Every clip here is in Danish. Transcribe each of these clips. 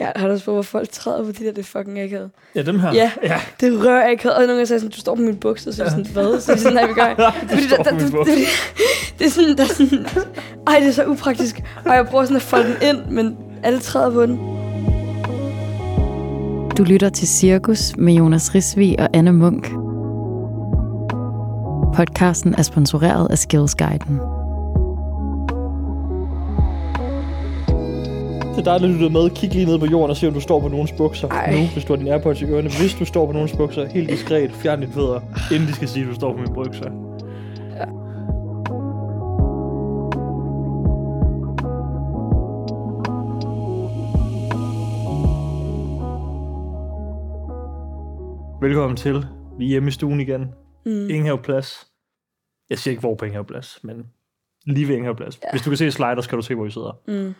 Ja, har du også på, hvor folk træder på de der, det fucking akavet. Ja, dem her. Ja, det rører akavet. Og nogle gange sagde sådan, du står på min bukser, så er sådan, hvad? Så er sådan, nej, vi gør. Det er sådan, der er sådan, ej, det er så upraktisk. Og jeg prøver sådan at folde den ind, men alle træder på den. Du lytter til Cirkus med Jonas Risvig og Anne Munk. Podcasten er sponsoreret af Skillsguiden. Det er dig, der lytter med. Kig lige ned på jorden og se, om du står på nogens bukser. Nu, hvis du har din AirPods i ørerne. Hvis du står på nogens bukser, helt diskret, fjern dine fødder, inden de skal sige, at du står på mine bukser. Ja. Velkommen til. Vi er hjemme i stuen igen. Ingen haveplads. Jeg siger ikke, hvor på ingen haveplads, men lige ved ingen haveplads. Ja. Hvis du kan se slider, skal du se, hvor vi sidder.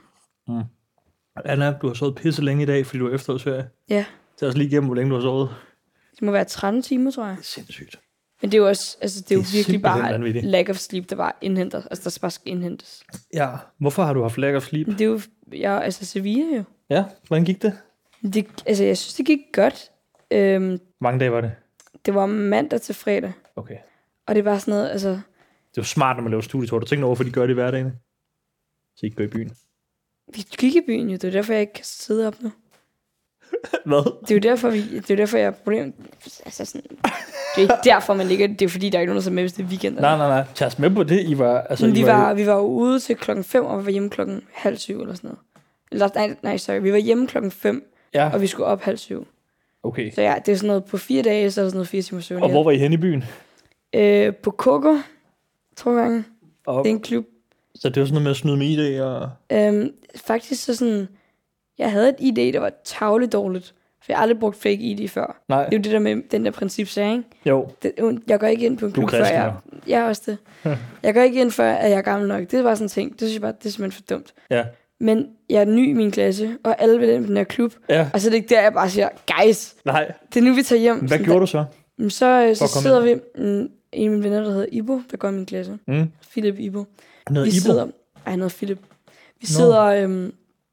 Anna, du har sovet pisse længe i dag, fordi du er efterårsferie. Ja. Tag os lige igennem, hvor længe du har sovet. Det må være 13 timer, tror jeg. Det er sindssygt. Men det er jo også, altså det er jo virkelig bare vanvittigt. lack of sleep, der bare indhenter. Altså der bare skal indhentes. Ja, hvorfor har du haft lack of sleep? Men det er jo, altså Sevilla jo. Ja, hvordan gik det? Altså jeg synes, det gik godt. Mange dage var det? Det var mandag til fredag. Okay. Og det var sådan noget, altså... Det er jo smart, når man laver studietur. Du tænker over, hvorfor de gør det i hverdagen. Så I ikke går i byen. Vi gik i byen jo, det er derfor, jeg ikke kan sidde op nu. Hvad? Det er jo derfor, jeg har problemer. Altså sådan... Det er ikke derfor, man ligger. Det er fordi, der er ikke nogen, der er med, hvis det er weekend. Nej. Tag os med på det. I var, altså, vi var ude til 5:00, og vi var hjemme 6:30 eller sådan noget. Eller, sorry. Vi var hjemme 5:00, ja. Og vi skulle op 6:30. Okay. Så ja, det er sådan noget på 4 dage, så er der sådan noget 4 timer søvn. Og hvor var I henne i byen? På Coco, tror jeg. Det er en klub. Så det var sådan noget med at snyde med ID og... Faktisk så sådan... Jeg havde et ID, der var tavligt dårligt. For jeg har aldrig brugt fake ID før. Nej. Det er jo det der med den der principsag, ikke? Jo. Jeg går ikke ind på en klub, før jeg... Jeg er også det. Jeg går ikke ind, før at jeg er gammel nok. Det var sådan en ting. Det synes jeg bare, det er simpelthen for dumt. Ja. Men jeg er ny i min klasse, og alle vil ind på den her klub. Ja. Og så er det ikke der, jeg bare siger, guys, Nej. det er nu, vi tager hjem. Hvad gjorde du så? Så sidder vi... En af mine venner, der hedder Ibo, der går i min klasse. Philip Ibo. Han hedder Ibo? Han hedder Philip. Vi sidder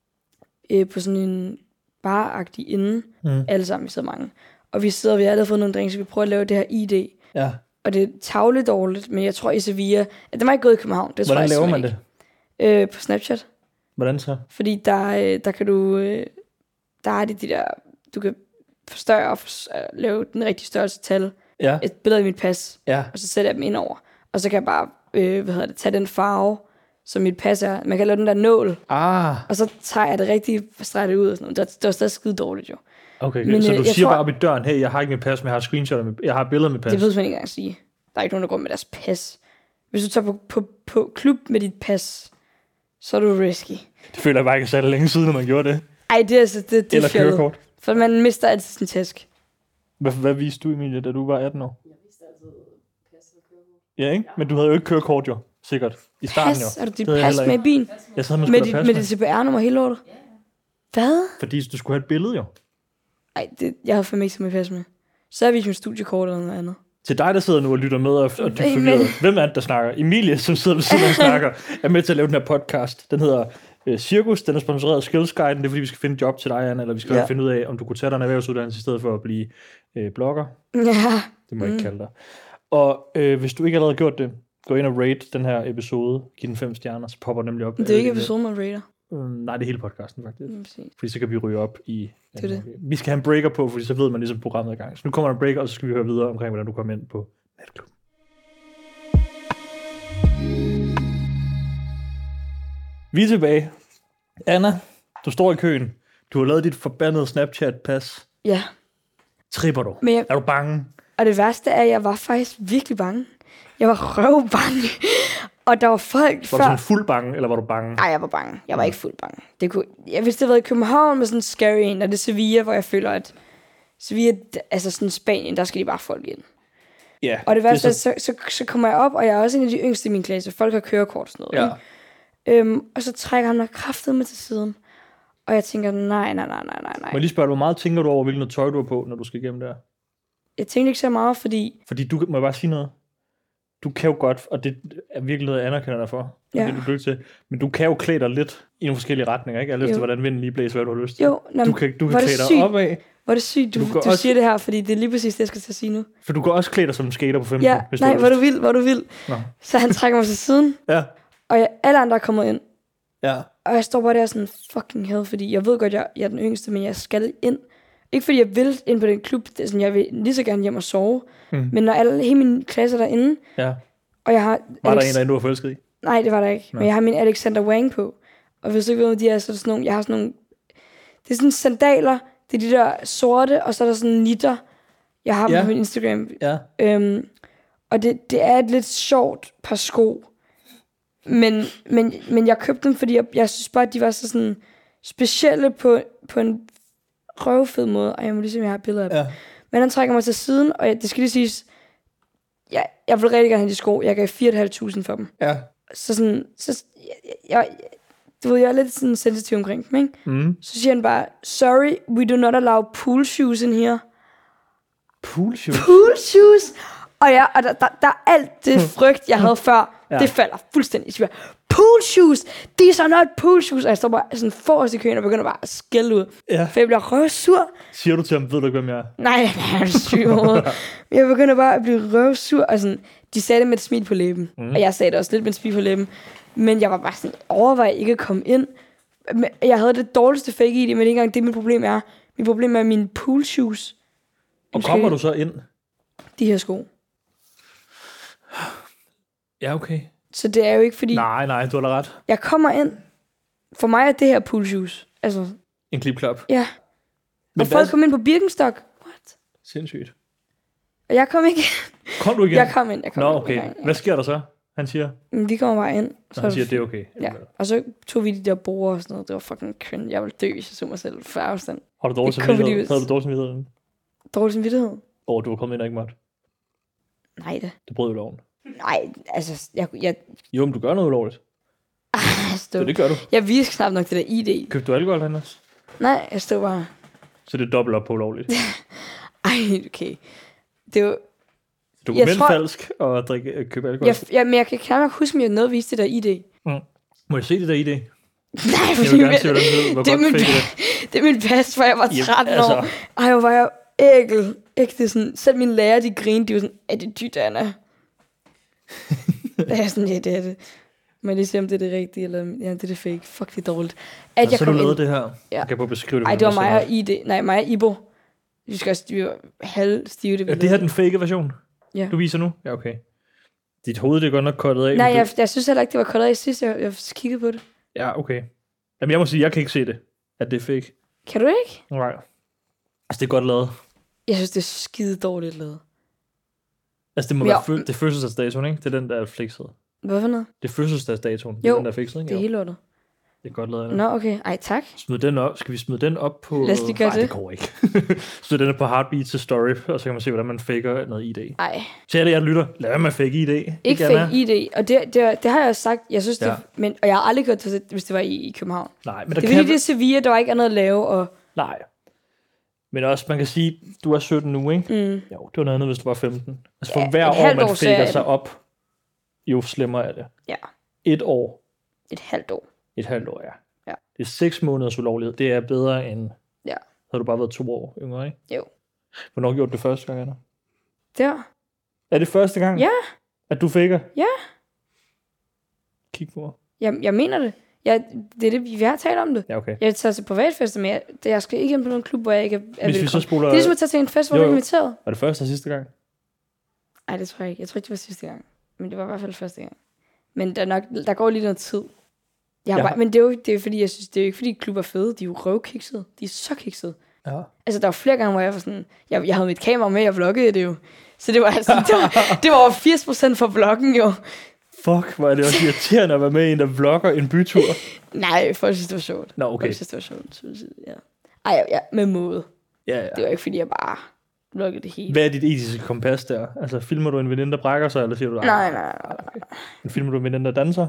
på sådan en bar-agtig inde. Alle sammen, vi sidder mange. Og vi har allerede fået nogle drinks, så vi prøver at lave det her ID. Ja. Og det er tavligt dårligt, men jeg tror i Sevilla... At det var ikke gået i København. Det Hvordan tror jeg laver man det? På Snapchat. Hvordan så? Fordi der kan du... Der er de der... Du kan forstørre og lave den rigtige størrelse tal. Ja. Et billede af mit pas. Ja. Og så sætter jeg dem ind over. Og så kan jeg bare, tage den farve, som mit pas er. Man kan lave den der nål. Og så tager jeg det rigtigt, streger det ud og sådan noget. Det var stadig skide dårligt jo. Okay. Men, så du siger bare op i døren, hey, jeg har ikke mit pas, men jeg har screenshot, jeg har billeder med pas. Det ved man ikke engang sige. Der er ikke nogen, der går med deres pas. Hvis du tager på klub med dit pas, så er du risky. Det føler jeg bare ikke så længe siden, når man gjorde det. Ej, det er altså, det eller kørekort. For man mister altid sin task. Hvad viste du, Emilie, da du var 18 år? Jeg viste altid pas og kørekort. Ja, ikke? Men du havde jo ikke kørekort, jo. Sikkert. I starten, pas? jo. Har du dit pas med i bilen? Jeg sad med dit CPR-nummer hele lortet? Ja. Hvad? Fordi du skulle have et billede, jo. Ej, jeg havde fandme ikke så med pas med. Så har vi jo studiekort eller noget andet. Til dig, der sidder nu og lytter med og dybt forvirret. Hvem er det, der snakker? Emilie, som sidder ved siden af og snakker, er med til at lave den her podcast. Den hedder Cirkus. Den er sponsoreret af Skillsguiden. Det er fordi, vi skal finde et job til dig, Anna, eller vi skal finde ud af, om du kunne tage dig en erhvervsuddannelse i stedet for at blive blogger. Ja. Det må jeg ikke kalde dig. Og hvis du ikke allerede har gjort det, gå ind og rate den her episode. Giv den 5 stjerner, så popper den nemlig op. Det er ikke episoden, man rater. Nej, det er hele podcasten faktisk. Præcis. Fordi så kan vi ryge op i... Det. Vi skal have en breaker på, fordi så ved man ligesom programmet er i gang. Så nu kommer der en breaker, og så skal vi høre videre omkring, hvordan du kommer ind på natklubben. Vi er tilbage. Anna, du står i køen. Du har lavet dit forbandede Snapchat-pas. Ja. Tripper du? Er du bange? Og det værste er, at jeg var faktisk virkelig bange. Jeg var røvbange. Og der var folk før... Var du sådan fuld bange, eller var du bange? Nej, jeg var bange. Jeg var ikke fuld bange. Hvis det havde været i København med sådan en scary en, og det er Sevilla, hvor jeg føler, at Sevilla, altså sådan Spanien, der skal de bare folk ind. Ja. Og det værste så kommer jeg op, og jeg er også en af de yngste i min klasse. Folk har kørekort og sådan noget. Ja. Og så trækker han mig kraftedeme til siden. Og jeg tænker, nej. Må jeg lige spørge, hvor meget tænker du over, hvilken tøj du er på, når du skal igennem der? Jeg tænkte ikke så meget, fordi... Fordi du må bare sige noget. du kan jo godt, og det er virkelig noget, jeg anerkender dig for, Ja. det du dygtig til, men du kan jo klæde dig lidt i nogle forskellige retninger, ikke? Alt efter, hvordan vinden lige blæser, hvad du har lyst til. Jo, du kan klæde dig opad. Hvor er det sygt, du også siger det her, fordi det er lige præcis det, jeg skal til at sige nu. For du kan også klæde dig som en skater på 15. Ja, nej, hvor du vil. Nå. Så han trækker mig til siden, og alle andre er kommet ind. Ja. Og jeg står bare der sådan, fucking hell, fordi jeg ved godt, jeg er den yngste, men jeg skal ind. Ikke fordi jeg vil ind på den klub, det er sådan, jeg vil lige så gerne hjem og sove. Men når hele min klasse er derinde, og jeg har... Var der en, du var forelsket i? Nej, det var der ikke. Men jeg har min Alexander Wang på. Og hvis du ikke ved, om de er, så er sådan nogle... Jeg har sådan nogle... Det er sådan sandaler, det er de der sorte, og så er der sådan nitter. Jeg har dem på min Instagram. Ja. Og det er et lidt sjovt par sko. Men jeg købte dem, fordi jeg synes bare, at de var så sådan specielle på en røvfed måde. Og jeg må lige se, om jeg har billeder af dem. Men han trækker mig til siden, og det skal lige siges, jeg vil rigtig gerne have de sko. Jeg gav 4.500 for dem. Ja. Så sådan, du ved, jeg er lidt sådan sensitiv omkring dem, ikke? Så siger han bare, sorry, we do not allow pool shoes in here. Pool shoes? Pool shoes! Og der er alt det frygt, jeg havde før, det falder fuldstændig i svær. Pool shoes! These are not pool shoes! Og jeg står bare sådan forrest i køen og begynder bare at skælde ud. For jeg bliver røvsur. Siger du til ham, ved du ikke, hvem jeg er? Nej, det er sygt overhovedet. Jeg begynder bare at blive røvsur. Og sådan, de sagde det med et smil på læben. Og jeg sagde det også lidt med et smil på læben. Men jeg var bare sådan, overvej ikke at komme ind. Jeg havde det dårligste fake i det, men ikke engang det, mit problem er. Mit problem er mine pool shoes. Og kommer du så ind? De her sko. Ja, okay. Så det er jo ikke fordi... Nej, du har da ret. Jeg kommer ind. For mig er det her pool shoes. Altså... En klipklap. Ja. Men og folk kom ind på Birkenstock. What? Sindssygt. Og jeg kom ikke. Kom du igen? Jeg kom ind. Nå, okay. Hvad sker der så? Han siger? Vi kommer bare ind. Så han siger, det er okay. Ja. Og så tog vi de der borde og sådan noget. Det var fucking cringe. Jeg ville dø, hvis jeg så mig selv for afstand. Har du dårlig samvittighed? Havde du dårlig samvittighed? Dårlig samvittighed? Du var kommet ind og ikke måtte? Nej det. Det brød jo loven. Nej, altså... Jeg... Jo, men du gør noget ulovligt. Så det gør du. Jeg viste knap nok det der ID. Købte du alkohol, Anders? Nej, jeg stod bare... Så det er dobbelt op på ulovligt? Ej, okay. Det var... Dokumentfalsk og købe alkohol? Men jeg kan knap nok huske, om jeg nåede at vise det der ID. Må jeg se det der ID? Nej, jeg vil gerne se, hvordan det hvor godt fik det. Det er min pas, for jeg var 13 år. Ej, hvor var jeg ægel. Ægte sådan, selv mine lærer, de grinede, de var sådan, er det dyrt, Anna? Jeg er sådan, ja, det er det. Må jeg lige se, om det er det rigtige, eller ja, det er det fake. Fuck, det er dårligt. At jeg så du lavede det her? Jeg kan bare beskrive det. Ej, det var mig og ID. Nej, mig og Ibo. Vi skal også, vi var halvstive. Det her den fake version? Ja. Du viser nu? Ja, okay. Dit hoved, det er godt nok kottet af. Nej, jeg synes heller ikke, det var kottet af sidst. Jeg kiggede på det. Ja, okay. Jamen, jeg må sige, jeg kan ikke se det, at det er fake. Kan du ikke? Nej. Altså, det er godt lavet. Jeg synes, det er skide dårligt lavet. Altså, det må være det er fødselsdagsdatoen, ikke? Det er den, der er flexet. Hvad for noget? Det er fødselsdagsdatoen. Jo, det er den, der er flexet, ikke? Det er helt lortet. Det er godt lavet. Nå, okay. Ej, tak. Smid den op. Skal vi smide den op på... Lad os lige gøre det. det går ikke. Smid den på Heartbeat til Story, og så kan man se, hvordan man faker noget ID. Ej. Så jeg lytter. Lad være med at fake ID. Ikke fake ID. Og det har jeg også sagt. Jeg synes, det... Men, og jeg har aldrig gjort det, hvis det var i København. Nej, men det er fordi, det er Sevilla, der var ikke andet at lave. Og... Nej. Men også, man kan sige, du er 17 nu, ikke? Jo, det var noget andet, hvis du var 15. Altså for hver år, man faker sig op, jo slemmere er det. Ja. 1 år. Et halvt år. Et halvt år, ja. Det er 6 måneders ulovlighed. Det er bedre end... Ja. Havde du bare været 2 år yngre, ikke? Jo. Hvornår gjorde du det første gang, Anna? Der. Er det første gang? Ja. At du faker? Ja. Kig på mig. Jeg mener det. Det er det, vi har talt om det. Ja, okay. Jeg tager til privatfester, men jeg skal ikke ind på nogen klub, hvor jeg ikke er velkommen. Vi så spoler... Det er som at tage til en fest, hvor du er inviteret. Var det første og sidste gang? Nej, det tror jeg ikke. Jeg tror ikke, det var sidste gang. Men det var i hvert fald første gang. Men der går lige noget tid. Men det er jo fordi, jeg synes, det er jo ikke fordi klubber er fede. De er jo røvkiksede. De er så kiksede. Ja. Altså, der var flere gange, hvor jeg var sådan... Jeg havde mit kamera med, jeg vloggede det jo. Så det var altså... det var over 80% for vloggen jo. Fuck, hvor er det også irriterende at være med i en, der vlogger en bytur. Nej, folk synes, det var sjovt. Nå, okay. Folk synes, det var sjovt. Ja. Ej, ja, med måde. Ja. Det var ikke, fordi jeg bare vloggede det hele. Hvad er dit etiske kompas der? Altså, filmer du en veninde, der brækker sig, eller siger du... Nej. Okay. Filmer du en veninde, der danser?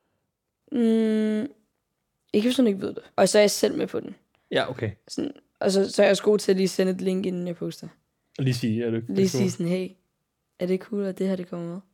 Ikke hvis hun ikke ved det. Og så er jeg selv med på den. Ja, okay. Sådan, og så er jeg også god til at lige sende et link, inden jeg poster. Lige sige, er det lige sige sådan, hey, er det cool, at det her det kommer med?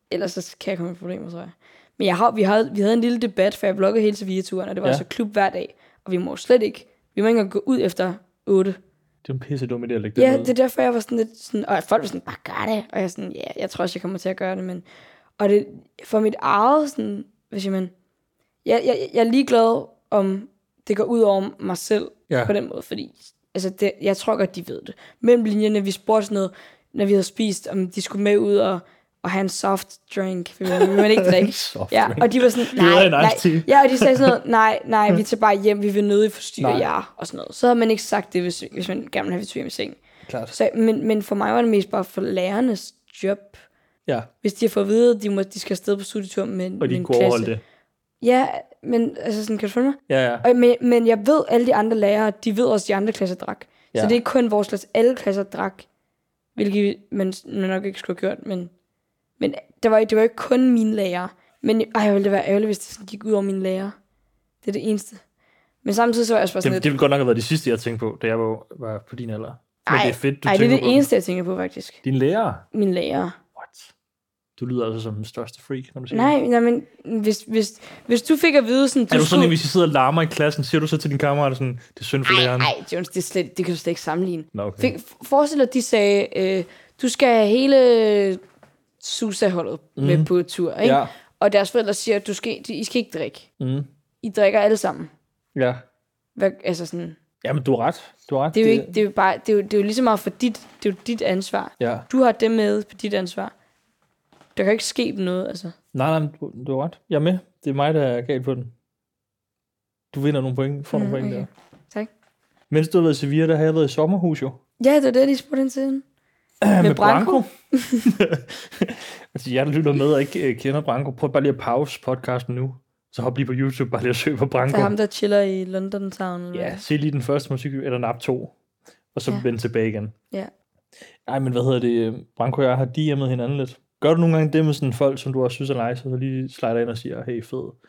ellers så kan jeg komme i problemer, tror jeg. Men vi havde en lille debat, for jeg vloggede hele Sevilla-turen, og det var så klub hver dag. Og vi må slet ikke. Vi må ikke engang gå ud efter 8. Det er en pisse dum idé at lægge det Ja, ud. det er derfor, jeg var sådan lidt sådan... Og folk var sådan, bare gør det. Og jeg sådan, ja, jeg tror også, jeg kommer til at gøre det, men... Og det for mit eget, sådan... Hvis jeg jeg er ligeglad om det går ud over mig selv på den måde, fordi... Altså, jeg tror godt, de ved det. Mellem linjerne, vi spurgte sådan noget, når vi havde spist, om de skulle med ud og have en soft drink. Vi må ikke drikke. Ja, og de var sådan, nej. Ja, og de sagde sådan noget, nej, vi tager bare hjem, vi vil nødig forstyrre jer, og sådan noget. Så havde man ikke sagt det, hvis man gerne ville have, vi tog hjem i seng. Klart. Så, men for mig var det mest bare for lærernes job. Ja. Hvis de har fået at vide, at de skal afsted på studietur med en klasse. Og de kunne overholde det. Ja, men altså sådan, kan du følge mig? Ja. Og, men jeg ved, alle de andre lærere, de ved også, de andre klasser drak. Ja. Så det er ikke kun vores klasse, alle klasser drak. Hvilket man nok ikke skulle have gjort, men det var ikke kun mine lærere. Men jeg ville være ærgerlig, hvis det sådan gik ud over mine lærere. Det er det eneste. Men samtidig så var jeg også bare sådan det ville godt nok have været det sidste, jeg tænkte på, da jeg var på din alder. Men det er fedt, det er det eneste, jeg tænker på, faktisk. Din lærer? Min lærer. What? Du lyder altså som den største freak, når du siger nej, men hvis du fik at vide sådan... Er du sådan, hvis I sidder og larmer i klassen, siger du så til din kammerater sådan, det er synd for læreren? Nej, Jones, det kan du slet ikke sammenligne. Nå, okay. Forestil dig, at de sagde, du skal have hele Susa-holdet med på tur, ikke? Ja. Og deres forældre siger, at I skal ikke drikke. I drikker alle sammen. Ja. Altså sådan... Jamen, du har ret. Det er jo lige så meget for det er jo dit ansvar. Ja. Du har det med på dit ansvar. Der kan ikke ske noget, altså. Nej, du har ret. Jeg er med. Det er mig, der er galt på den. Du vinder nogle point, får nogle point der. Tak. Mens du har været i Sevilla, der har jeg været i sommerhus jo. Ja, det er det, de spurgte ind til. Med Branko. Altså, jeg der lytter med og ikke kender Branko. Prøv bare lige at pause podcasten nu. Så hop lige på YouTube, bare lige at søge på Branko. Det er ham, der chiller i London Town. Ja, se lige den første musik, eller nap 2. Og så vende tilbage igen. Ja. Ej, men hvad hedder det? Branko og jeg har DM'et hinanden lidt. Gør du nogle gange det med sådan folk, som du også synes er nice, og så lige slider ind og siger, hey,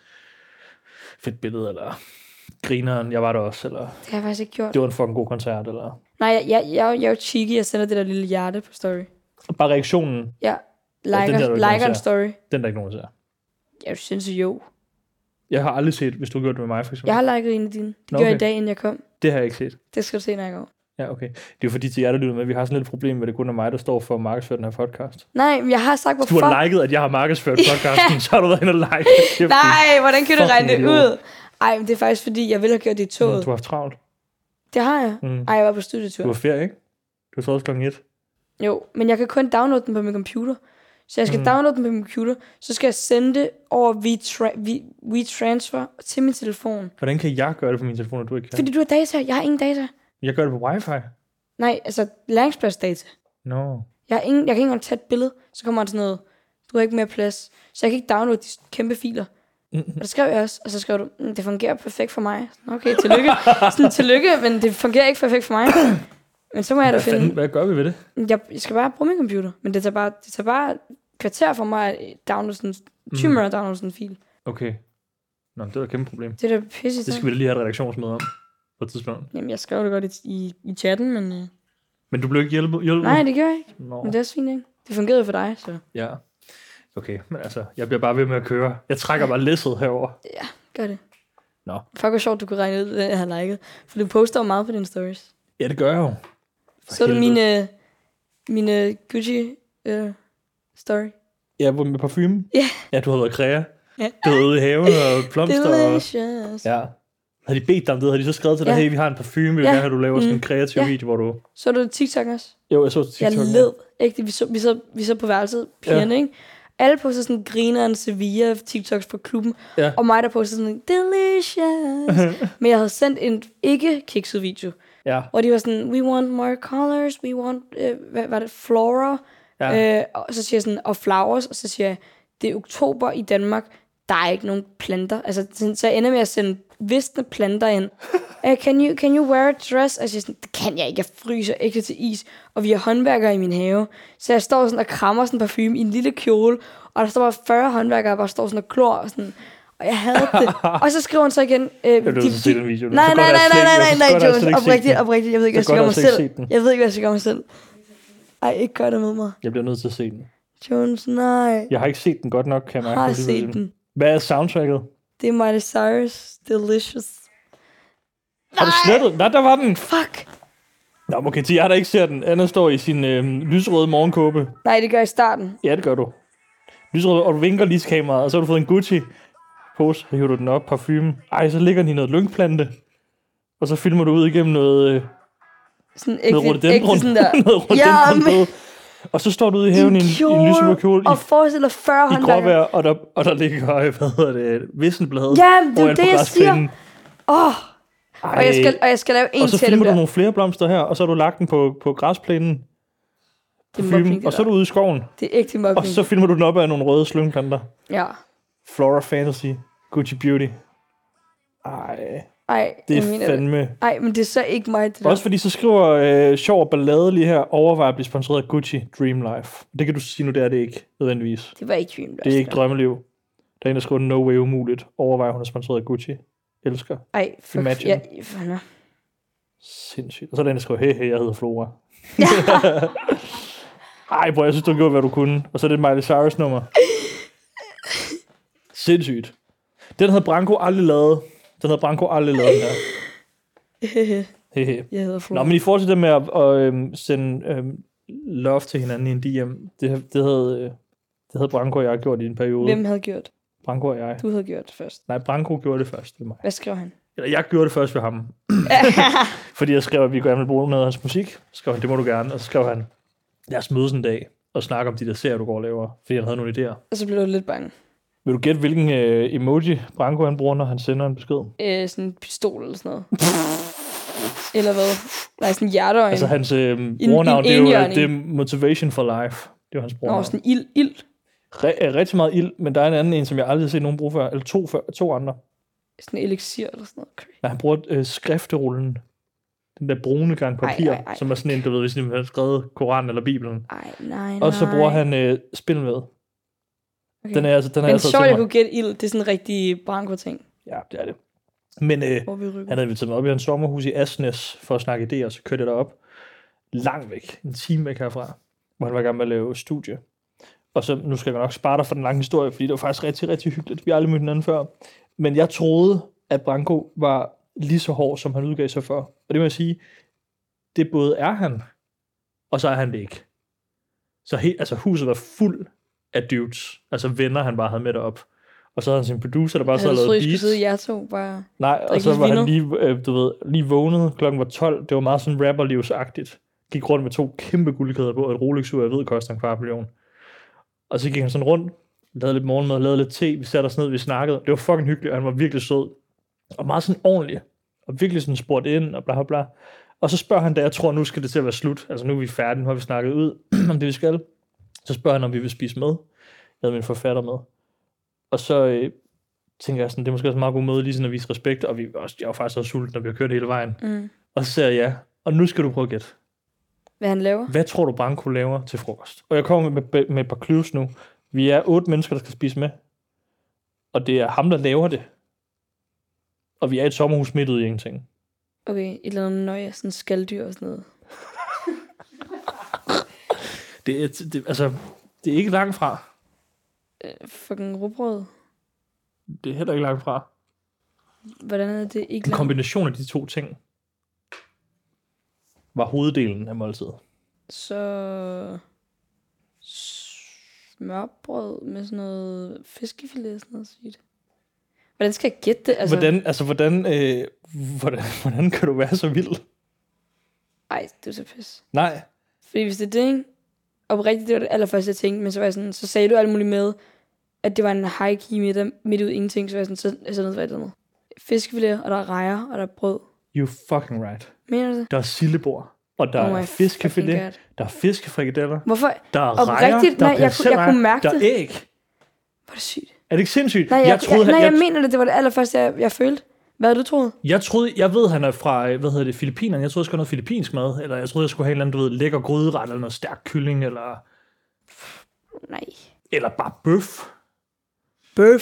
fedt billede, eller grineren, jeg var der også, eller... Det har jeg faktisk ikke gjort. Det var en fucking god koncert, eller... Nej, jeg er jo cheeky, jeg sender det der lille hjerte på story. Bare reaktionen? Ja, liker en story. Den der ikke nogen ser. Jeg synes jo. Jeg har aldrig set, hvis du har gjort det med mig, for eksempel. Jeg har liket en af dine. Det gjorde jeg i dag, inden jeg kom. Det har jeg ikke set. Det skal du se, når jeg går. Ja, okay. Det er jo fordi, til jer, der lytter med, vi har sådan lidt problem med, det kun er mig, der står for at markedsføre den her podcast. Nej, men jeg har sagt, hvorfor... Du har liket, at jeg har markedsført podcasten, så har du været inde og like. Nej, hvordan kan du regne det ud? Ej, men det er faktisk fordi, jeg ville have gjort det i toget. Du har haft travlt. Det har jeg. Ej, jeg var på studietur. Du var ferie, ikke? Du var også klokken 1. Jo, men jeg kan kun downloade den på min computer. Så jeg skal downloade den på min computer, så skal jeg sende det over WeTransfer til min telefon. Hvordan kan jeg gøre det på min telefon, når du ikke kan? Fordi du har data. Jeg har ingen data. Jeg gør det på wifi. Nej, altså læringspladsdata. No. Jeg kan ikke engang tage et billede, så kommer der sådan noget, du har ikke mere plads. Så jeg kan ikke downloade de kæmpe filer. Og det skrev jeg også, og så skrev du, det fungerer perfekt for mig. Okay, tillykke. Tillykke, men det fungerer ikke perfekt for mig. Men så må jeg da finde... Hvad gør vi ved det? Jeg skal bare bruge min computer, men det tager bare kvarter for mig at downloade sådan 20 minutter at downloade sådan en fil. Okay. Nå, det er et kæmpe problem. Det er da pisse. Det skal vi da lige have et redaktionsmøde om på et tidspunkt. Jamen, jeg skrev det godt i chatten, men... Men du blev ikke hjælpet? Nej, det gør jeg ikke. Nå. Men det er også fint, ikke? Det fungerede for dig, så... Ja. Okay, men altså, jeg bliver bare ved med at køre. Jeg trækker bare læsset herover. Ja, gør det. Nå. Fuck, hvor sjovt, du kunne regne ud, hvad jeg har liket. For du poster jo meget på dine stories. Ja, det gør jeg jo. Så du mine Gucci story? Ja, med parfume? Ja. Yeah. Ja, du har været kræa. Ja. Du har været ude i haven og blomster. Delicious. Ja. Havde de bedt dig om det? Havde de så skrevet til dig, hey, vi har en parfume, vi vil gerne have, du laver sådan en kreativ video, hvor du... Så du TikTok også? Jo, jeg så TikTok. Jeg led. Ikke? Vi så på værelset, pigerne, ikke? Alle postede sådan grineren Sevilla TikToks fra klubben, og mig der postede sådan delicious. Men jeg havde sendt en ikke kikset video, hvor de var sådan, we want more colors, we want, hvad var det, flora, og så siger jeg sådan, og flowers, og så siger jeg, det er oktober i Danmark, der er ikke nogen planter. Altså, så jeg ender med at sende visne planter ind. Can you wear a dress? Og jeg siger sådan, det kan jeg ikke, jeg fryser ikke til is. Og vi har håndværkere i min have. Så jeg står sådan og krammer sådan en parfume i en lille kjole, og der står bare 40 håndværkere, der bare står sådan og klor og sådan. Og jeg havde det. Og så skriver hun så igen... Jeg vil se den video. Nej, Jones. Oprigtigt. Jeg ved ikke, hvad jeg skal gøre mig selv. Jeg ved ikke, hvad jeg skal gøre mig selv. Ej, ikke gør det med mig. Jeg bliver nødt til at se den. Jones, nej. Jeg har ikke set den godt nok, kan jeg mærke. Har set den. Hvad er soundtracket? Det er Miley Cyrus, Delicious. Har du slettet? Nej, der var den. Fuck. Nå, okay, til jer, der ikke ser den. Anna står i sin lyserøde morgenkåbe. Nej, det gør jeg i starten. Ja, det gør du. Lyserøde, og du vinker lige til kameraet, og så har du fået en Gucci-pose, så hiver du den op, parfume. Ej, så ligger den i noget lyngplante. Og så filmer du ud igennem noget... Sådan noget ægte sådan der. noget rhododendron. Og så står du ude i haven i en lyserød kjole. Og forestiller 40 håndværker. I gråvejr, og der ligger, hvad hedder det, vissenblade. Ja, det er det, jeg siger. Og jeg skal lave en til. Og så filmer du nogle flere blomster her, og så har du lagt den på græsplænen. Og så er du ude i skoven. Det er ægte mobning. Og så filmer du den op af nogle røde slyngplanter. Ja. Flora Fantasy. Gucci Beauty. Ej, det er fandme... Ej, men det er så ikke mig, det der. Også fordi så skriver Sjov Ballade lige her, overvej at blive sponsoreret af Gucci Dream Life. Det kan du sige nu, det er det ikke, nødvendigvis. Det var ikke Dream Life. Det er ikke drømmeliv. Der er en, der skriver, no way umuligt. Overvej, hun er sponsoreret af Gucci. Elsker. Ej, fuck. Imagine. Ja, sindssygt. Og så er der en, der skriver, hey, jeg hedder Flora. Ja. Ej, bror, jeg synes, du har gjort, hvad du kunne. Og så er det et Miley Cyrus nummer. Sindssygt. Den havde Branko aldrig lavet. Den der. Jeg hedder Flora. Nå, men i forhold til det med at sende love til hinanden i en DM, det havde Branko og jeg gjort i en periode. Hvem havde gjort? Branko og jeg. Du havde gjort det først. Nej, Branko gjorde det først ved mig. Hvad skrev han? Eller jeg gjorde det først ved ham. Fordi jeg skrev, at vi gerne vil bruge noget af hans musik. Så skrev han, det må du gerne. Og så skrev han, lad os mødes en dag og snakke om de der serier, du går og laver. Fordi han havde nogle idéer. Og så blev du lidt bange. Vil du gætte, hvilken emoji Branko han bruger, når han sender en besked? Sådan en pistol eller sådan noget. Eller hvad? Nej, sådan en hjerteøjne. Altså hans brugernavn, det er jo Motivation for Life. Det er hans brugernavn. Sådan ild. Rigtig meget ild, men der er en anden en, som jeg aldrig har set nogen bruge før. Eller to andre. Sådan en elixir eller sådan noget. Nej, han bruger skrifterullen. Den der brune gang papir, ej. Som er sådan en, du ved, hvis han har skrevet Koranen eller Bibelen. Nej. Og så bruger han spilved. Okay. Den er men så jeg kunne gætte ild. Det er sådan en rigtig Branko-ting. Ja, det er det. Men han havde inviteret mig op i hans sommerhus i Asnes for at snakke idéer, så kørte jeg derop langt væk, en time væk herfra, hvor han var i gang med at lave studie. Og så, nu skal jeg nok spare dig for den lange historie, fordi det var faktisk rigtig, rigtig hyggeligt. Vi har aldrig mødt hinanden før. Men jeg troede, at Branko var lige så hård, som han udgav sig for. Og det må jeg sige, det både er han, og så er han det ikke. Så huset var fuld af dudes, altså venner, han bare havde med derop. Og så havde han sin producer, der bare sad og lavede beats. Jeg to bare... Nej, og så var han lige vågnet. Klokken var 12. Det var meget sådan rapperlivsagtigt. Gik rundt med 2 kæmpe guldkæder på, og et Rolex-ur, jeg ved, koster 250 millioner. Og så gik han sådan rundt, lavede lidt morgenmad, lavede lidt te, vi satte os ned, vi snakkede. Det var fucking hyggeligt, og han var virkelig sød. Og meget sådan ordentlig. Og virkelig sådan spurgt ind, og bla bla bla. Og så spørger han, da jeg tror, nu skal det til at være slut. Altså nu er vi færdige, nu har vi snakket ud om det, vi skal. Så spørger han, om vi vil spise med. Jeg havde min forfatter med. Og så tænker jeg sådan, det er måske også en meget god måde, lige sådan at vise respekt, og jeg var faktisk også sulten, når vi har kørt hele vejen. Og så siger jeg ja, og nu skal du prøve at gætte. Hvad han laver? Hvad tror du, Branko laver til frokost? Og jeg kommer med et par clues nu. Vi er 8 mennesker, der skal spise med. Og det er ham, der laver det. Og vi er et sommerhus midt ude i ingenting. Okay, et eller andet nøje, sådan skalddyr og sådan noget. Det er ikke langt fra. Fucking rugbrød. Det er heller ikke langt fra. Hvordan er det ikke langt? En kombination af de 2 ting var hoveddelen af måltidet. Så smørbrød med sådan noget fiskefilet og sådan noget sygt. Hvordan skal jeg gætte det? Hvordan kan du være så vild? Ej, det er så pis. Nej. Fordi hvis det er det, ikke? Oprigtigt, det var det allerførste, jeg tænkte, men så var jeg sådan, så sagde du alt muligt med, at det var en high-key midt ud ingenting, så var jeg sådan, så noget noget. Fiskefilet, og der er rejer, og der er brød. You're fucking right. Mener du det? Der er sildebord, og der er fiskefilet, der er fiskefrikadeller. Hvorfor? Der er rejer, der er jeg kunne mærke der er æg. Var det sygt? Er det ikke sindssygt? Nej, jeg mener det var det allerførste, jeg følte. Hvad havde du troet? Jeg ved, han er fra, Filippinerne. Jeg troede, jeg skulle have noget filippinsk mad, eller jeg troede, jeg skulle have en eller anden, lækker gryderet, eller noget stærk kylling, eller... Nej. Eller bare bøf. Bøf?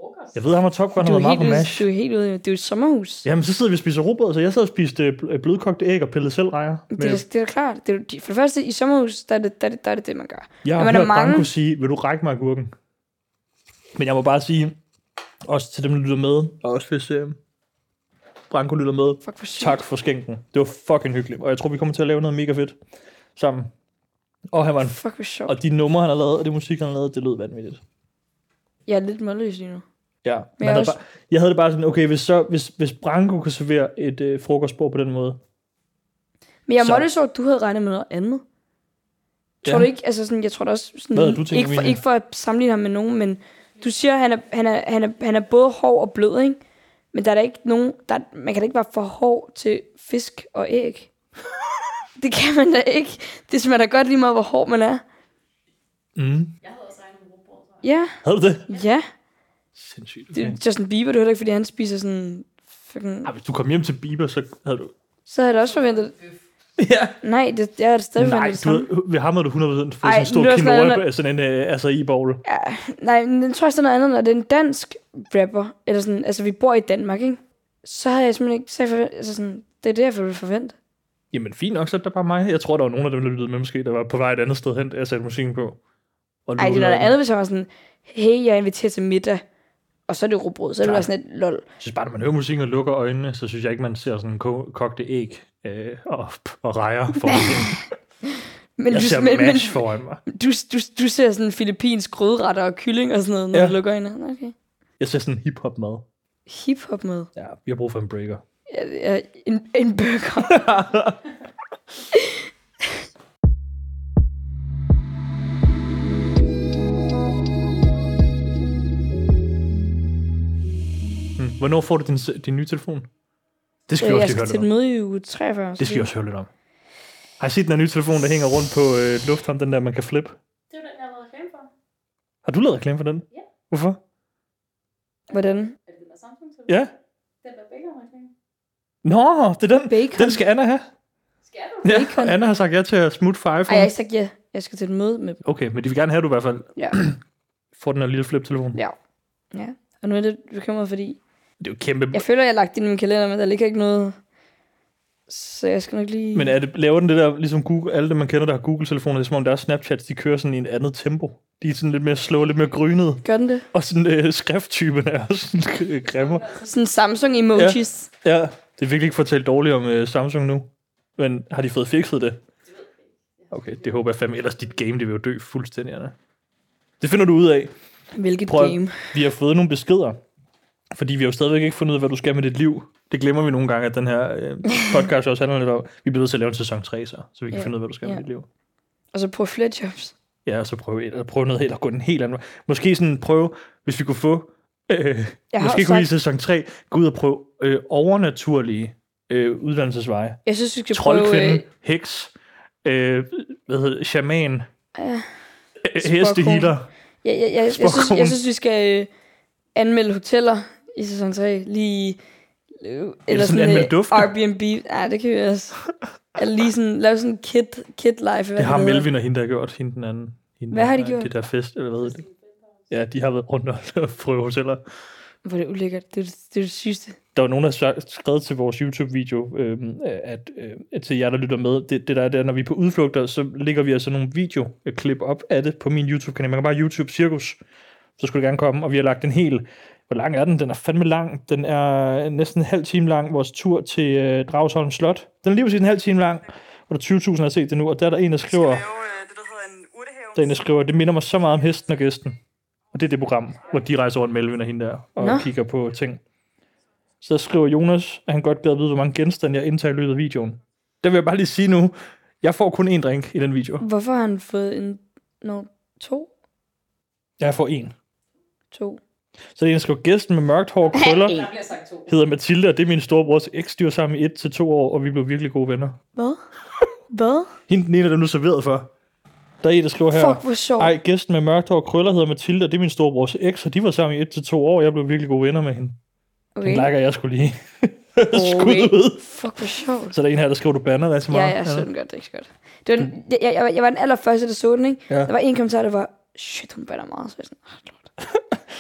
Jeg ved, han var Top Gun, han var meget på MASH. Du er helt ude. Det er jo et sommerhus. Jamen, så sidder vi og spiser rugbrød, så jeg sad og spiste blødkogte æg og pillede selv rejer. Det er klart. Det er, for det første, i sommerhus, der er det, man gør. Jeg har hørt Branko sige, vil du række mig agurken? Men jeg må bare sige, også til dem, der lytter med, og også hvis Branko lytter med, tak for skænken. Det var fucking hyggeligt, og jeg tror, vi kommer til at lave noget mega fedt sammen. Og han var og de numre, han har lavet, og det musik, han har lavet, det lød vanvittigt. Jeg er lidt målløs lige nu. Ja, men jeg havde det bare sådan, okay, hvis Branko kan servere et frokostbord på den måde. Men jeg måtte så, at du havde regnet med noget andet. Tror du ikke, altså sådan, jeg tror da også sådan, hvad du tænker, ikke for at sammenligne ham med nogen, men du siger, at han er både hård og blød, ikke? Men der er der ikke nogen, man kan da ikke være for hård til fisk og æg. Det kan man da ikke. Det smager da godt lige meget, hvor hård man er. Jeg havde også regnet med rugbrød. Ja. Havde du det? Ja. Sindssygt, okay. Justin Bieber, det er ikke, fordi han spiser sådan fucking... Hvis du kom hjem til Bieber, så havde du... Så havde jeg også forventet... Ja. Nej, jeg havde stadig forventet det samme. Vi har med 100% fået sådan en stor quinoa, sådan en acai-bowl. Ja, nej, men jeg tror også, det er noget andet, når det er en dansk rapper, eller sådan, altså vi bor i Danmark, ikke? Så havde jeg simpelthen ikke... Altså sådan, det er det, jeg ville forvente. Jamen fint nok, så er det bare mig. Jeg tror, der var nogen af dem, der lyttede med måske, der var på vej et andet sted hen, da jeg satte musikken på. Ej, det er noget andet, hvis jeg var sådan, hey, jeg inviterer til middag, og så er det rugbrød, så er det bare sådan et lol. Jeg synes bare, når man hører musikken og lukker øjnene, så synes jeg ikke, man ser sådan kogte æg og rejer foran mig. Men jeg ser MASH foran mig. Du ser sådan filippinsk grødretter og kylling og sådan noget, når du lukker øjnene. Okay. Jeg ser sådan hip-hop mad. Hip-hop mad? Ja, vi har brug for en breaker. Ja, en burger. Hvornår får du din nye telefon? Det skal vi også høre lidt om. Jeg skal til et møde i uge 43. Det skal vi også høre lidt om. Har I set den her nye telefon, der hænger rundt på lufthavnen, den der, man kan flippe? Det er den, jeg har lavet reklame for. Har du lavet reklame for den? Ja. Hvorfor? Hvordan? Er det den der Samsung-telefon? Ja. Den der Bacon-reklame. Nå, det er den. Bacon. Den skal Anna have. Skal du? Ja, Bacon. Anna har sagt ja til at smutte for iPhone. Ej, jeg har ikke sagt ja. Jeg skal til et møde med... Okay, men de vil gerne have du i hvert fald. Ja. Får den her lille flip-telefon. Ja. Og nu er det bekymret, fordi... Det er jo kæmpe... Jeg føler, jeg har lagt det i min kalender, men der ligger ikke noget... Så jeg skal nok lige... Men laver den det der, ligesom Google, alle dem man kender, der har Google-telefoner, det er som om deres Snapchats, de kører sådan i en andet tempo. De er sådan lidt mere slow, lidt mere grynet. Gør den det? Og sådan skrifttypen er også sådan grimmer. Sådan Samsung emojis. Ja, det er virkelig ikke fortalt dårligt om Samsung nu. Men har de fået fikset det? Okay, det håber jeg fandme. Ellers dit game, det vil jo dø fuldstændig, Anna. Det finder du ud af. Hvilket game? Vi har fået nogle beskeder. Fordi vi har jo stadigvæk ikke fundet ud af, hvad du skal med dit liv. Det glemmer vi nogle gange, at den her podcast også handler lidt om. Vi bliver nødt til at lave en sæson 3, så vi kan finde ud af, hvad du skal med dit liv. Og så prøve flere jobs. Ja, og så prøve noget helt og gå den helt anden vej. Måske sådan prøve, hvis vi kunne få... måske kunne vi i sæson 3 gå ud og prøve overnaturlige uddannelsesveje. Jeg synes, vi skal Troldkvinde, heks, shaman, hestehealer. Jeg synes, vi skal anmelde hoteller i sæson 3. Lige... Eller sådan Airbnb. Ja, det kan vi også. Eller lige sådan, lave sådan kid life. Det har Melvin og hende, der har gjort. Hende den anden. Hvad har de gjort? Det der fest, eller hvad det? Ja, de har været rundt og prøvet hoteller. Hvor det er ulækkert. Det er det sygeste. Der var nogen, der har skrevet til vores YouTube-video, at til jer, der lytter med, det der er der, når vi er på udflugter, så lægger vi altså nogle videoklip op af det på min YouTube-kanal. Man kan bare YouTube Cirkus, så skulle det gerne komme. Og vi har lagt en hel... Hvor lang er den? Den er fandme lang. Den er næsten en halv time lang, vores tur til Dragsholm Slot. Den er lige præcis en halv time lang, hvor der 20.000 har set det nu, og der er der en, der skriver... Det minder mig så meget om hesten og gæsten. Og det er det program, hvor de rejser rundt Melvin og hende der, og kigger på ting. Så skriver Jonas, at han godt gad at vide, hvor mange genstande jeg indtager i løbet af videoen. Det vil jeg bare lige sige nu. Jeg får kun 1 drink i den video. Hvorfor har han fået en... 2? Jeg får 1. 2. Så det er en skriver, gæsten med mørkt hår og krøller hedder Mathilde, og det er min storebrors eks. De var sammen i 1 til 2 år, og vi blev virkelig gode venner. Hvad? Hende den ene, der nu serveret for. Der er en, der skriver her. Fuck, hvor sjovt. Ej, gæsten med mørkt hår og krøller hedder Mathilde, og det er min storebrors eks, og de var sammen i 1 til 2 år, og jeg blev virkelig gode venner med hende. Okay. Den liker jeg skulle lige. Skud ud. Fuck, hvor sjovt. Så der er en her, der skriver, du bander rigtig meget. Ja, jeg så den godt, det er ikke så godt. Det var jeg var den allerførste, der så den, ikke? Ja. Der var en kommentar, der var, shit, hun bander meget. Så jeg sådan, lort.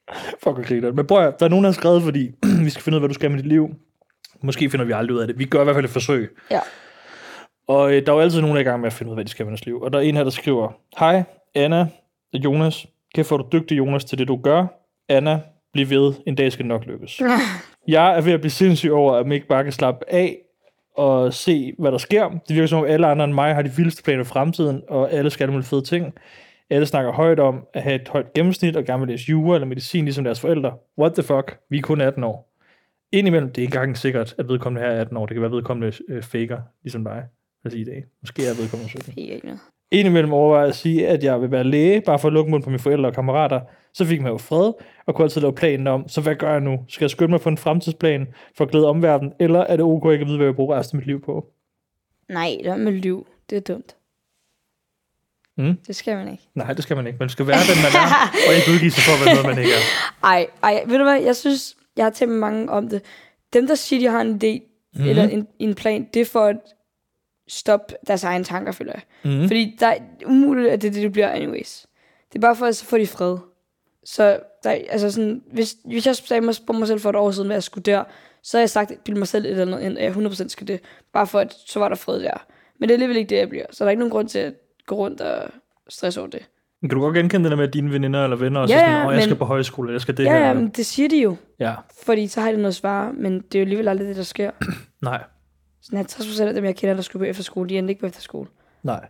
Fuck, hvad griner. Men bror, der er nogen, der har skrevet, fordi vi skal finde ud af, hvad du skal med dit liv. Måske finder vi aldrig ud af det. Vi gør i hvert fald et forsøg. Ja. Og der er jo altid nogen, der er i gang med at finde ud af, hvad de skal med deres liv. Og der er en her, der skriver, hej, Anna, Jonas. Kæft, hvor er du dygtig, Jonas, til det, du gør. Anna, bliv ved. En dag skal nok lykkes. Jeg er ved at blive sindssyg over, at man ikke bare kan slappe af og se, hvad der sker. Det virker som om, alle andre end mig har de vildeste planer i fremtiden, og alle skal have fede ting. Alle snakker højt om at have et højt gennemsnit, og gerne vil læse jura eller medicin, ligesom deres forældre. What the fuck? Vi er kun 18 år. Indimellem, det er ikke engang sikkert, at vedkommende her er 18 år. Det kan være, at vedkommende faker, ligesom dig. Altså i dag. Måske er vedkommende 17. Indimellem overvejer at sige, at jeg vil være læge, bare for at lukke munden på mine forældre og kammerater. Så fik man jo fred, og kunne altid lave planen om, så hvad gør jeg nu? Skal jeg skynde mig på en fremtidsplan for at glæde omverdenen, eller er det ok, ikke at vide, hvad jeg bruger resten af mit liv på? Nej, det er med liv. Det er dumt. Det skal man ikke. Nej, det skal man ikke. Man skal være den, man er, og ikke udgive sig for, hvad noget, man ikke er. Ej, ved du hvad? Jeg synes, jeg har talt med mange om det. Dem, der siger, de har en idé, eller en plan, det er for at stoppe deres egne tanker, føler jeg. Fordi der er umuligt, at det bliver anyways. Det er bare for, at så får de fred. Så der, altså sådan, hvis jeg sagde mig på mig selv for et år siden, hvad jeg skulle der, så havde jeg sagt, bilde mig selv et eller andet, at jeg 100% skal det. Bare for, at så var der fred der. Men det er alligevel ikke det, jeg bliver. Så der er ikke nogen grund til at gå rundt og stresse over det. Kan du godt genkende det der med, at dine veninder eller venner og sådan, jeg skal på højskole, jeg skal det her? Ja, men det siger de jo. Ja. Fordi så har de noget at svare, men det er jo alligevel aldrig det, der sker. Nej. Sådan 50% af dem, jeg kender, der skulle på efterskole, de endte ikke på efterskole. Nej.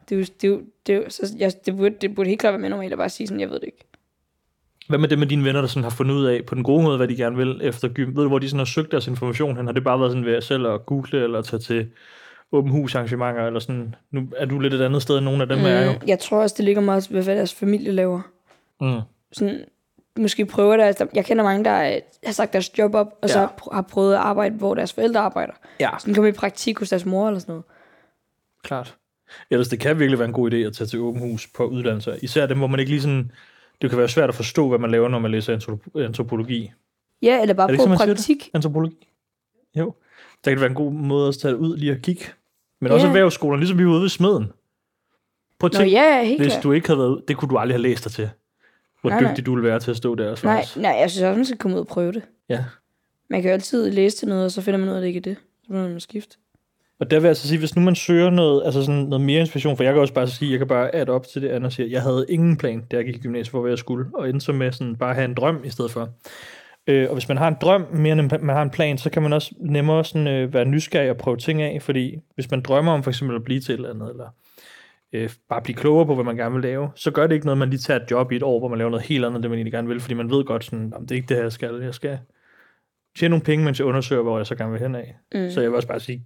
Det burde helt klart være mere normalt at bare sige sådan, jeg ved det ikke. Hvad med det med dine venner, der sådan har fundet ud af på den gode måde, hvad de gerne vil efter gym? Ved du, hvor de sådan har søgt deres information hen? Har det bare været sådan ved selv at google eller tage til åben hus arrangementer eller sådan? Nu er du lidt et andet sted end nogle af dem er jo. Jeg tror også, det ligger meget ved, hvad deres familie laver. Sådan, måske prøver deres... Jeg kender mange, der har sagt deres job op, og så har prøvet at arbejde, hvor deres forældre arbejder. Ja. Sådan kommer i praktik hos deres mor eller sådan noget. Klart. Ellers det kan virkelig være en god idé at tage til åben hus på uddannelser. Især dem, hvor man ikke lige sådan... Det kan være svært at forstå, hvad man laver, når man læser antropologi. Ja, eller bare på praktik. Antropologi. Jo. Der kan det være en god måde at tage det ud lige at kigge. Men også erhvervsskolen, ligesom vi var ude ved smeden. Prøv at tænke, hvis du ikke havde været ud, det kunne du aldrig have læst dig til. Hvor dygtig du ville være til at stå der og svare. Nej, jeg synes også, man skal komme ud og prøve det. Ja. Man kan jo altid læse til noget, og så finder man ud af, at det ikke er det. Så må man skifte. Og der vil jeg altså sige, hvis nu man søger noget, altså sådan noget mere inspiration, for jeg kan også bare sige, jeg kan bare adde op til det andet og sige, jeg havde ingen plan, da jeg gik i gymnasiet for, hvad jeg skulle, og endte så med sådan bare have en drøm i stedet for. Og hvis man har en drøm mere end man har en plan, så kan man også nemmere sådan, være nysgerrig og prøve ting af, fordi hvis man drømmer om for eksempel at blive til et eller andet, eller bare blive klogere på, hvad man gerne vil lave, så gør det ikke noget, man lige tager et job i et år, hvor man laver noget helt andet, det man egentlig gerne vil, fordi man ved godt sådan, det er ikke det her, jeg skal tjene nogle penge, mens jeg undersøger, hvor jeg så gerne vil hen af. Så jeg vil også bare sige,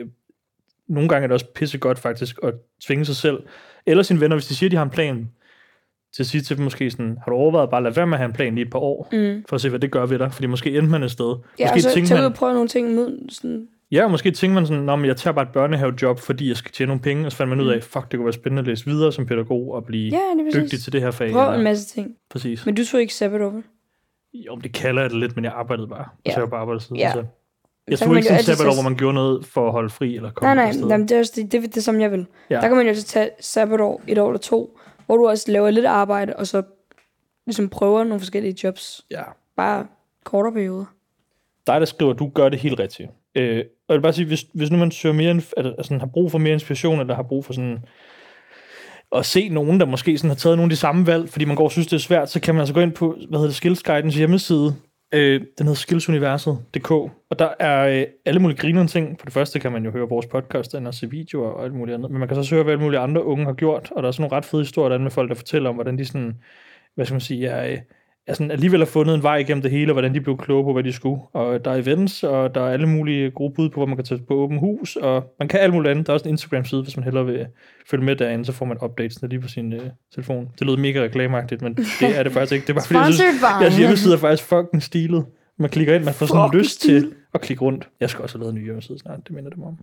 nogle gange er det også pissegodt faktisk at tvinge sig selv, eller sine venner, hvis de siger, de har en plan, til at sige til dem måske sådan, har du overvejet bare at lade være med at have en plan i et par år, for at se, hvad det gør ved dig, fordi måske endte man et sted. Ja, måske og så tage ud og prøve nogle ting med sådan. Ja, og måske tænker man sådan, jeg tager bare et børnehavejob, fordi jeg skal tjene nogle penge, og så finder man ud af, fuck, det kunne være spændende at læse videre som pædagog, og blive dygtig til det her fag. Prøv en masse ting. Præcis. Men du tog ikke sabbatår? Jo, det kalder jeg det lidt, men jeg arbejdede bare. Og så jeg bare arbejdet siden. Så. Jeg tror ikke sådan sabbatår, hvor man gjorde noget for at holde fri, eller komme nej, det er også det som jeg vil. Ja. Der kan man jo også tage sabbatår 1 år eller 2, hvor du også laver lidt arbejde, og så ligesom prøver nogle forskellige jobs. Ja. Bare kortere perioder. Dig, der skriver, du gør det helt rigtigt. Og jeg vil bare sige, hvis nu man søger mere, altså, har brug for mere inspiration, eller har brug for sådan at se nogen, der måske sådan har taget nogle af de samme valg, fordi man går og synes, det er svært, så kan man altså gå ind på, Skills Guidens hjemmeside. Den hedder skillsuniverset.dk, og der er alle mulige grinerende ting. For det første kan man jo høre vores podcast, og se videoer og alt muligt andet, men man kan så også høre, hvad alle mulige andre unge har gjort, og der er sådan nogle ret fede historier med folk, der fortæller om, hvordan de sådan, hvad skal man sige, er sådan alligevel har fundet en vej igennem det hele, og hvordan de blev kloge på, hvad de skulle. Og der er events, og der er alle mulige gode bud på, hvor man kan tage på åben hus, og man kan alt muligt andet. Der er også en Instagram-side, hvis man hellere vil følge med derinde, så får man updates lige på sin telefon. Det lød mega reklameagtigt, men det er det faktisk ikke. Det er bare fordi, jeg synes, jeres hjemmeside er faktisk fucking stilet. Man klikker ind, man får sådan lyst til at klikke rundt. Jeg skal også have lavet en ny hjemmeside snart, det minder det mig om.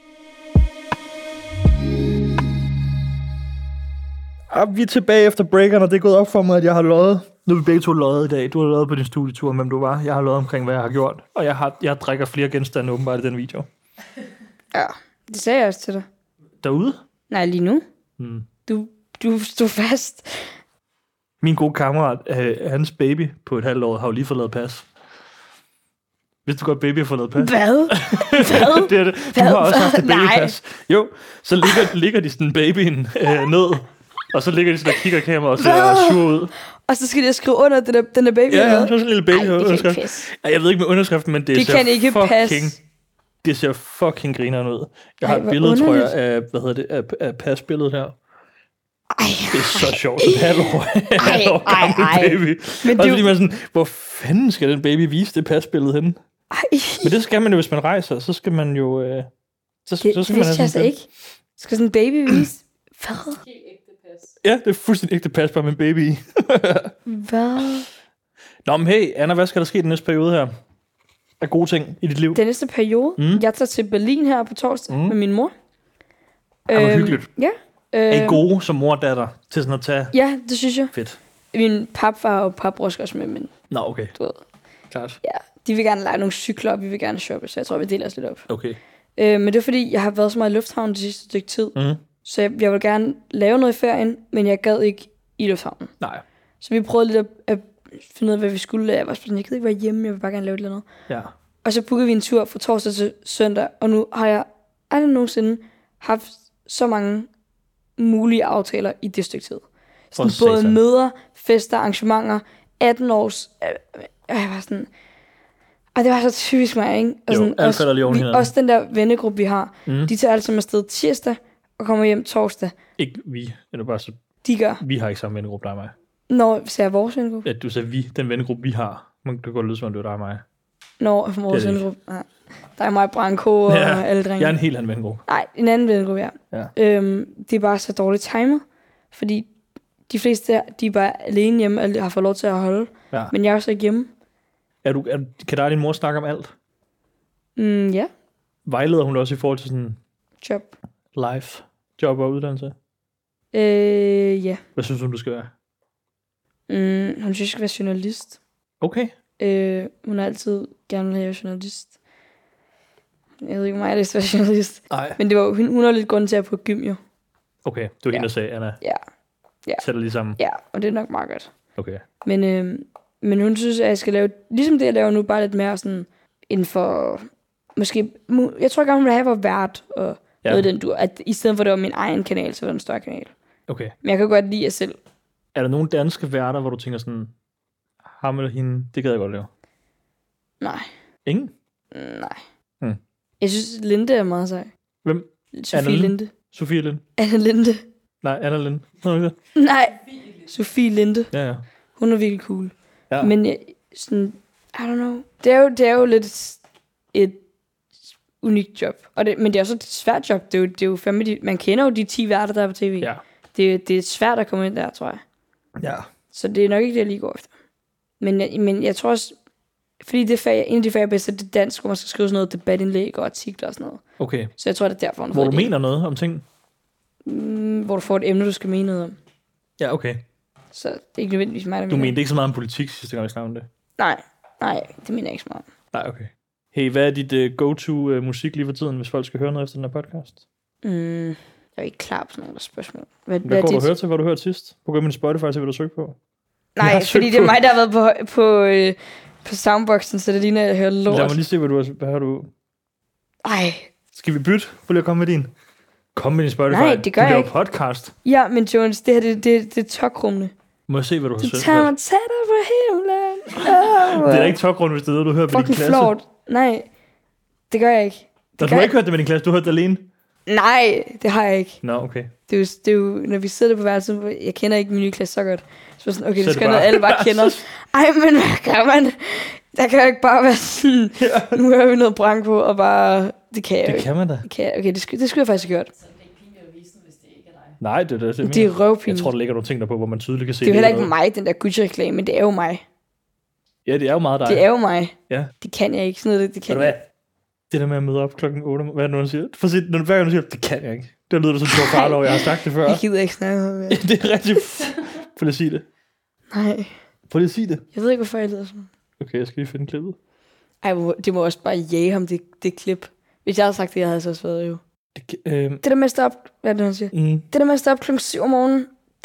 Vi er tilbage efter breakeren, og det er gået op for mig, at jeg har løjet. Nu er vi begge to løjet i dag. Du har løjet på din studietur, hvem du var. Jeg har løjet omkring, hvad jeg har gjort. Og jeg drikker flere genstande åbenbart i den video. Ja, det sagde jeg også til dig. Derude? Nej, lige nu. Du stod fast. Min gode kammerat, hans baby på et halvt år, har jo lige fået lavet pas. Vidste du godt, baby har fået lavet pas? Hvad? Hvad? Det er det. Du har også haft et babypas. Jo, så ligger de sådan babyen ned, og så ligger de sådan og kigger kameraet og ser sur ud. Og så skal de skrive under den der baby. Ja, så sådan en lille baby. Ej, det kan ikke passe. Jeg ved ikke med underskriften, men det ser kan ikke passe. Det ser fucking grineren ud. Jeg har et billede, tror jeg, af af pasbilledet her. Ej, det er så sjovt, en halvår gammel baby. Men og så lige sådan, hvor fanden skal den baby vise det pasbillede henne? Ej. Men det skal man jo, hvis man rejser, så skal man jo... så skal man have sådan altså ikke. Skal sådan en baby vise? Hvad? Helt ægte pas. Ja, det er fuldstændig ægte pas, bare med en baby i. Hvad? Nå, men hey, Anna, hvad skal der ske den næste periode her? Af gode ting i dit liv? Den næste periode? Jeg tager til Berlin her på torsdag med min mor. Det var hyggeligt. Ja. Er I gode som mor og datter til sådan at tage? Ja, det synes jeg. Fedt. Min papfar og papbror skal også med, men Nå, okay. du ved. Klart. Ja, de vil gerne lege nogle cykler, og vi vil gerne shoppe, så jeg tror, vi deler os lidt op. Okay. Men det er fordi, jeg har været så meget i lufthavnen det sidste stykke tid, så jeg vil gerne lave noget i ferien, men jeg gad ikke i lufthavnen. Nej. Så vi prøvede lidt at finde ud af, hvad vi skulle. Jeg var sådan, jeg gad ikke være hjemme, jeg vil bare gerne lave et eller andet. Ja. Og så bookede vi en tur fra torsdag til søndag, og nu har jeg aldrig nogensinde haft så mange mulige aftaler i det stykke tid. Sådan både møder, fester, arrangementer, 18 års... jeg var sådan... Og det var så typisk mig, ikke? Og sådan, alt falder lige oven hinanden. Også den der vennegruppe, vi har. De tager alle sammen afsted tirsdag, og kommer hjem torsdag. Ikke vi, eller bare så... De gør. Vi har ikke samme vennegruppe, dig og mig. Når ser jeg vores vennegruppe? Ja, du sagde vi, den vennegruppe, vi har. Man kan godt lyde som om, det var dig og mig. Når vores vennegruppe... Nej. Der er mig, Branko og alle drenge. Jeg er en helt anden vennegruppe. Nej, en anden vennegruppe, ja. Det er bare så dårligt timet, fordi de fleste der, de er bare alene hjemme, og har fået lov til at holde. Ja. Men jeg er også ikke hjemme. Kan dig og din mor snakke om alt? Ja. Vejleder hun også i forhold til sådan... Job. Life. Job og uddannelse? Ja. Hvad synes du skal være? Hun synes, jeg skal være journalist. Okay. Hun har altid gerne vil være journalist. Jeg ved ikke, om jeg har lyst til at være journalist. Nej. Men det var, hun har lidt grund til at på gym, jo. Okay, det var hende, der sagde, Anna. Ja. Sætter lige sammen. Ja, og det er nok meget godt. Okay. Men hun synes, at jeg skal lave, ligesom det, jeg laver nu, bare lidt mere sådan, inden for, måske, jeg tror gerne, hun vil have hvor vært, og noget den du, at i stedet for, det var min egen kanal, så var det en større kanal. Okay. Men jeg kan godt lide at selv. Er der nogle danske værter, hvor du tænker sådan, ham eller hende, det gad jeg godt lave? Nej. Ingen? Nej. Jeg synes, Linde er meget sej. Hvem? Sofie Linde. Sofie Linde? Anna Linde. Nej, Anna Linde. Nej, Sofie Linde. Ja. Hun er virkelig cool. Ja. Men jeg, sådan, I don't know. Det er jo lidt et unikt job. Men det er også et svært job. Det er jo fandme, man kender jo de 10 værter, der er på tv. Ja. Det er svært at komme ind der, tror jeg. Ja. Så det er nok ikke det, jeg lige går efter. Men jeg tror også, fordi det fag, en af de fag, jeg bedst er det dansk, hvor man skal skrive sådan noget debatindlæg og artikler og sådan noget. Okay. Så jeg tror, det er derfor, hvor du mener noget om ting? Hvor du får et emne, du skal mene noget om. Ja, okay. Så det er ikke nødvendigvis mig, der Du mente ikke så meget om politik sidste gang, vi snakkede om det? Nej, det mener jeg ikke så meget. Nej, okay. Hey, hvad er dit go-to musik lige for tiden, hvis folk skal høre noget efter den her podcast? Jeg er ikke klar på sådan nogle spørgsmål. Hvad går du høre til? Hvad du hørt sidst? Gå ind på Spotify, så vil du søge på. Nej, fordi det er mig, der har været på soundboxen, så det ligner, at jeg hører lort. Lad mig lige se, hvad har du... Ej. Skal vi bytte? Prøv lige at komme med din. Kom med din Spotify. Nej, det gør jeg ikke. Du laver podcast. Ja, men Jones, det her, det er tokrummende. Må jeg se, hvad du har søgt? Du tager mig tættere på himlen. Det er da ikke tokrummende, hvis det er noget, du hører på din klasse. Fucking flot. Nej, det gør jeg ikke. Du har ikke hørt det med din klasse, du har hørt det alene? Nej, det har jeg ikke. Nå, okay. Det er jo, når vi sidder på værelset, jeg kender ikke min nye klasse så godt. Så sådan, okay, det skal noget, alle bare kender. Ej, men hvad gør man? Der kan jo ikke bare være sådan, nu hører vi noget Branko, og bare, det kan jeg jo ikke. Det kan man da. Okay, det skulle jeg faktisk have gjort. Så det er ikke pinligt at vise den, hvis det ikke er dig. Nej, det er det. Det er røvpinligt. Jeg tror, der ligger nogle ting der på, hvor man tydeligt kan se. Det er jo heller ikke mig, den der Gucci-reklame, men det er jo mig. Ja, det er jo meget dig. Det er jo mig. Ja. Det kan jeg ikke. Sådan noget, det kan jeg ikke. Det der med at møde op klokken 8, hvad er det nu, han siger? For at se, når hver gang du siger, det kan jeg ikke. Det lyder du som Thor Farlov, jeg har sagt det før. Jeg gider ikke snakke om det. Det er rigtigt. Prøv lige at sige det. Nej. Prøv lige at sige det. Jeg ved ikke, hvorfor jeg lyder sådan. Okay, jeg skal lige finde klippet. Ej, det må også bare jage ham, det klip. Hvis jeg havde sagt det, jeg havde så også været jo. Det der med at stå op, hvad er det, han siger? Det der med at stå op klokken 7 om morgenen, det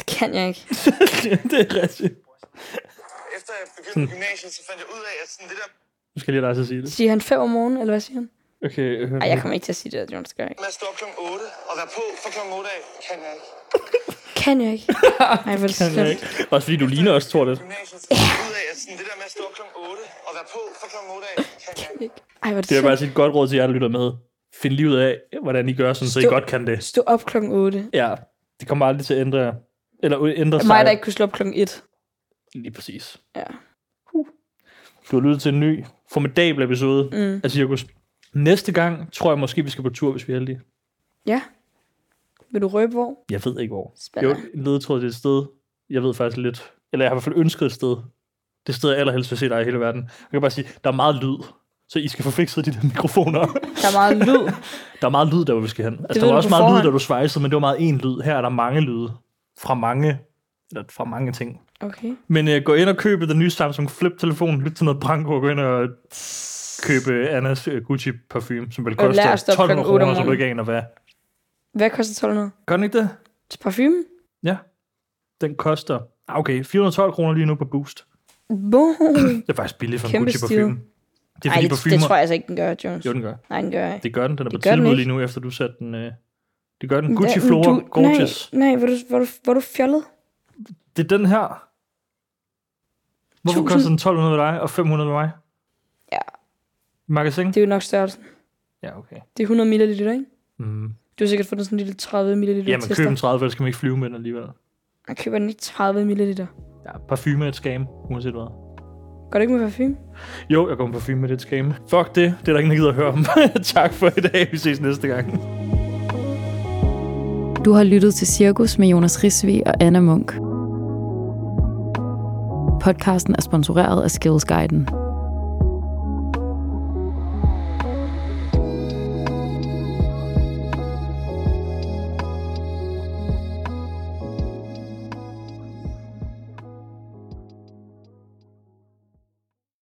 Kan jeg ikke. Det er rigtigt. Efter jeg begyndte på gymnasiet, så fandt jeg ud af, at sådan det der... Nu skal jeg lige dig sige det. Siger han 5 om morgenen, eller hvad siger han? Okay. Ej, jeg kommer ikke til at sige det, Jonas, gør jeg ikke. Med at stå op kl. 8 og være på for kl. 8 af, kan jeg ikke. Kan jeg ikke? Ej, hvor er det slemt. Også fordi du ligner også, tror jeg. Gymnasiet, så fandt jeg ud af, at sådan det der med at stå op kl. 8 og være på for kl. 8 af, kan jeg ikke. Ej, hvor er det Det er slemt. bare et godt råd til jer, der lytter med. Find livet af, hvordan I gør, sådan, så I godt kan det. Stå op klokken 8. Ja, det kommer aldrig til at ændre jer. Eller ændre sig. Mig, der ikke kunne slå op klokken 1. Lige præcis. Ja. Du har lyttet til en ny, formidabel episode af Cirkus. Næste gang tror jeg måske, vi skal på tur, hvis vi er heldige. Ja. Vil du røbe hvor? Jeg ved ikke hvor. Spændende. Jo, en ledetråd til et sted. Jeg ved faktisk lidt. Eller jeg har i hvert fald ønsket et sted. Det sted, jeg allerhelst vil se dig i hele verden. Jeg kan bare sige, der er meget lyd. Så I skal få fikset de der mikrofoner. Der er meget lyd. Der er meget lyd, der hvor vi skal hen. Altså, der ved var du også på meget forhånd. lyd, da du svejsede, men det var meget én lyd. Her er der mange lyde. Fra mange ting. Okay. Men gå ind og købe den nye Samsung Flip-telefon. Lyt til noget Branko og gå ind og købe Annas Gucci parfume, som vel Og lad os koster stoppe 1200 klokken 8 om kroner, så du morgenen. ikke aner hvad. Hvad koster 1200? Gør den ikke det? Til parfume? Ja. Den koster, okay, 412 kroner lige nu på Boost. Boom. Det er faktisk billigt for en Kæmpe Gucci parfume. Det er Ej, fordi det parfumer... tror jeg altså ikke, den gør, Jonas. Jo, den gør. Nej, den gør jeg ikke. Det gør den. Den er på Det gør den tilbud ikke. lige nu, efter du satte den... Det gør den. Gucci Flora Gorgeous. Nej, hvor du fjollet? Det er den her. Hvorfor 1000? koster den 1200 ved dig og 500 ved mig? Ja. Magasin? Det er jo nok størrelsen. Ja, okay. Det er 100 ml, ikke? Mm. Du har sikkert fået sådan en lille 30 ml Ja, men tester. køb den 30, ellers skal man ikke flyve med den alligevel. Man køber den ikke 30 ml. Ja, parfume er et scam, uanset hvad. Går det ikke med parfume? Jo, jeg går med parfume med det scam. Fuck det, det er der ingen, der gider at høre om. Tak for i dag, vi ses næste gang. Du har lyttet til Cirkus med Jonas Risvig og Anna Munk. Podcasten er sponsoreret af Skillsguiden.